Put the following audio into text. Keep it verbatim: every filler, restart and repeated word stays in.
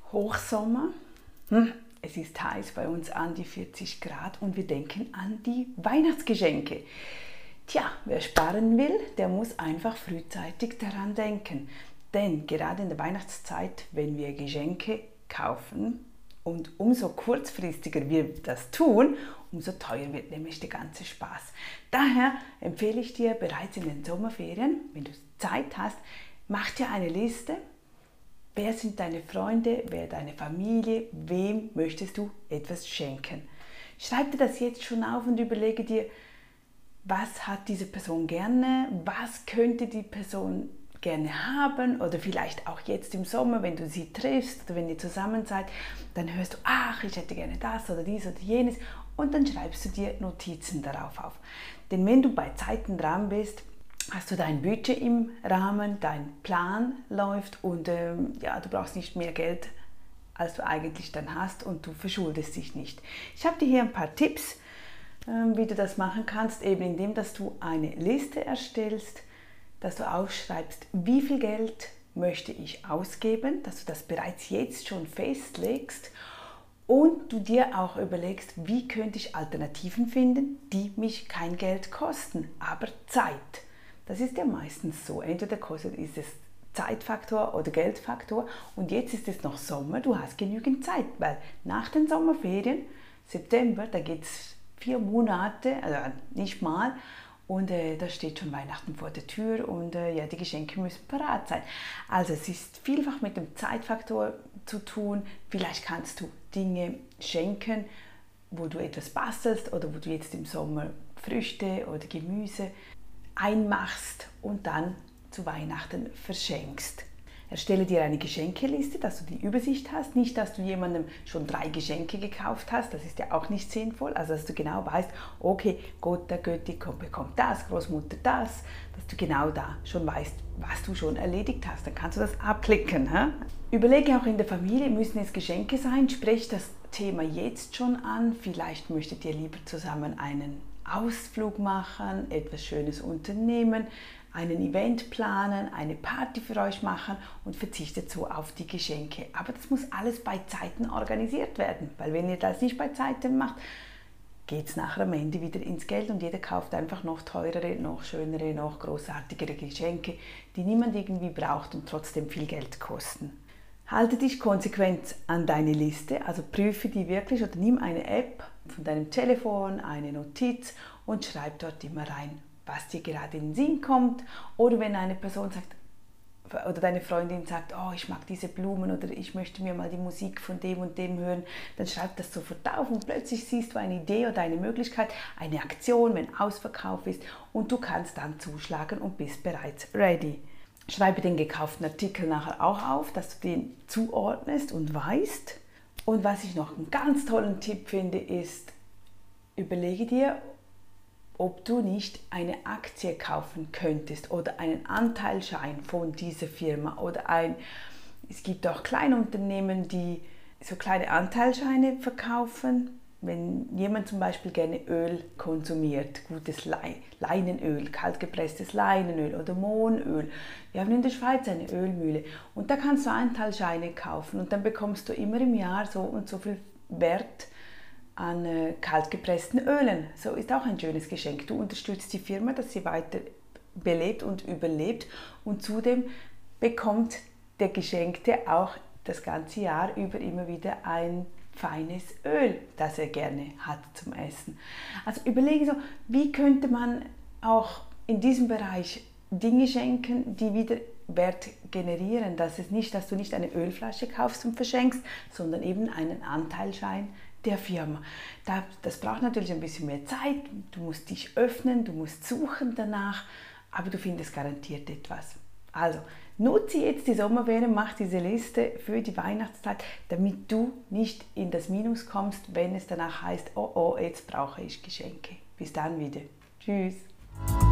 Hochsommer, hm, es ist heiß, bei uns an die vierzig Grad und wir denken an die Weihnachtsgeschenke. Tja, wer sparen will, der muss einfach frühzeitig daran denken. Denn gerade in der Weihnachtszeit, wenn wir Geschenke kaufen und umso kurzfristiger wir das tun, umso teuer wird nämlich der ganze Spaß. Daher empfehle ich dir bereits in den Sommerferien, wenn du Zeit hast, mach dir eine Liste. Wer sind deine Freunde, wer deine Familie, wem möchtest du etwas schenken? Schreib dir das jetzt schon auf und überlege dir, was hat diese Person gerne, was könnte die Person gerne haben oder vielleicht auch jetzt im Sommer, wenn du sie triffst oder wenn ihr zusammen seid, dann hörst du, ach, ich hätte gerne das oder dies oder jenes und dann schreibst du dir Notizen darauf auf. Denn wenn du bei Zeiten dran bist, hast du dein Budget im Rahmen, dein Plan läuft und ähm, ja, du brauchst nicht mehr Geld, als du eigentlich dann hast und du verschuldest dich nicht. Ich habe dir hier ein paar Tipps, ähm, wie du das machen kannst, eben indem, dass du eine Liste erstellst, dass du aufschreibst, wie viel Geld möchte ich ausgeben, dass du das bereits jetzt schon festlegst und du dir auch überlegst, wie könnte ich Alternativen finden, die mich kein Geld kosten, aber Zeit. Das ist ja meistens so, entweder kostet ist es Zeitfaktor oder Geldfaktor und jetzt ist es noch Sommer, du hast genügend Zeit, weil nach den Sommerferien, September, da geht es vier Monate, also nicht mal, und äh, da steht schon Weihnachten vor der Tür und äh, ja, die Geschenke müssen parat sein. Also es ist vielfach mit dem Zeitfaktor zu tun. Vielleicht kannst du Dinge schenken, wo du etwas bastelst oder wo du jetzt im Sommer Früchte oder Gemüse einmachst und dann zu Weihnachten verschenkst. Erstelle dir eine Geschenkeliste, dass du die Übersicht hast. Nicht, dass du jemandem schon drei Geschenke gekauft hast, das ist ja auch nicht sinnvoll. Also, dass du genau weißt, okay, Gott, der Götti bekommt das, Großmutter das, dass du genau da schon weißt, was du schon erledigt hast. Dann kannst du das abklicken. He? Überlege auch in der Familie, müssen es Geschenke sein, sprich das Thema jetzt schon an. Vielleicht möchtet ihr lieber zusammen einen Ausflug machen, etwas Schönes unternehmen, einen Event planen, eine Party für euch machen und verzichtet so auf die Geschenke. Aber das muss alles bei Zeiten organisiert werden, weil wenn ihr das nicht bei Zeiten macht, geht es nachher am Ende wieder ins Geld und jeder kauft einfach noch teurere, noch schönere, noch großartigere Geschenke, die niemand irgendwie braucht und trotzdem viel Geld kosten. Halte dich konsequent an deine Liste, also prüfe die wirklich oder nimm eine App von deinem Telefon, eine Notiz und schreib dort immer rein, was dir gerade in den Sinn kommt. Oder wenn eine Person sagt, oder deine Freundin sagt, oh, ich mag diese Blumen oder ich möchte mir mal die Musik von dem und dem hören, dann schreib das sofort auf und plötzlich siehst du eine Idee oder eine Möglichkeit, eine Aktion, wenn Ausverkauf ist und du kannst dann zuschlagen und bist bereits ready. Schreibe den gekauften Artikel nachher auch auf, dass du den zuordnest und weißt. Und was ich noch einen ganz tollen Tipp finde, ist, überlege dir, ob du nicht eine Aktie kaufen könntest oder einen Anteilsschein von dieser Firma oder ein, es gibt auch Kleinunternehmen, die so kleine Anteilsscheine verkaufen. Wenn jemand zum Beispiel gerne Öl konsumiert, gutes Leinenöl, kaltgepresstes Leinenöl oder Mohnöl. Wir haben in der Schweiz eine Ölmühle und da kannst du Anteilsscheine kaufen und dann bekommst du immer im Jahr so und so viel Wert an äh, kaltgepressten Ölen. So ist auch ein schönes Geschenk. Du unterstützt die Firma, dass sie weiter belebt und überlebt und zudem bekommt der Geschenkte auch das ganze Jahr über immer wieder ein feines Öl, das er gerne hat zum Essen. Also überlege so, wie könnte man auch in diesem Bereich Dinge schenken, die wieder Wert generieren. Das ist nicht, dass du nicht eine Ölflasche kaufst und verschenkst, sondern eben einen Anteilsschein der Firma. Das braucht natürlich ein bisschen mehr Zeit, du musst dich öffnen, du musst suchen danach, aber du findest garantiert etwas. Also, nutze jetzt die Sommerferien, mach diese Liste für die Weihnachtszeit, damit du nicht in das Minus kommst, wenn es danach heißt, oh oh, jetzt brauche ich Geschenke. Bis dann wieder. Tschüss.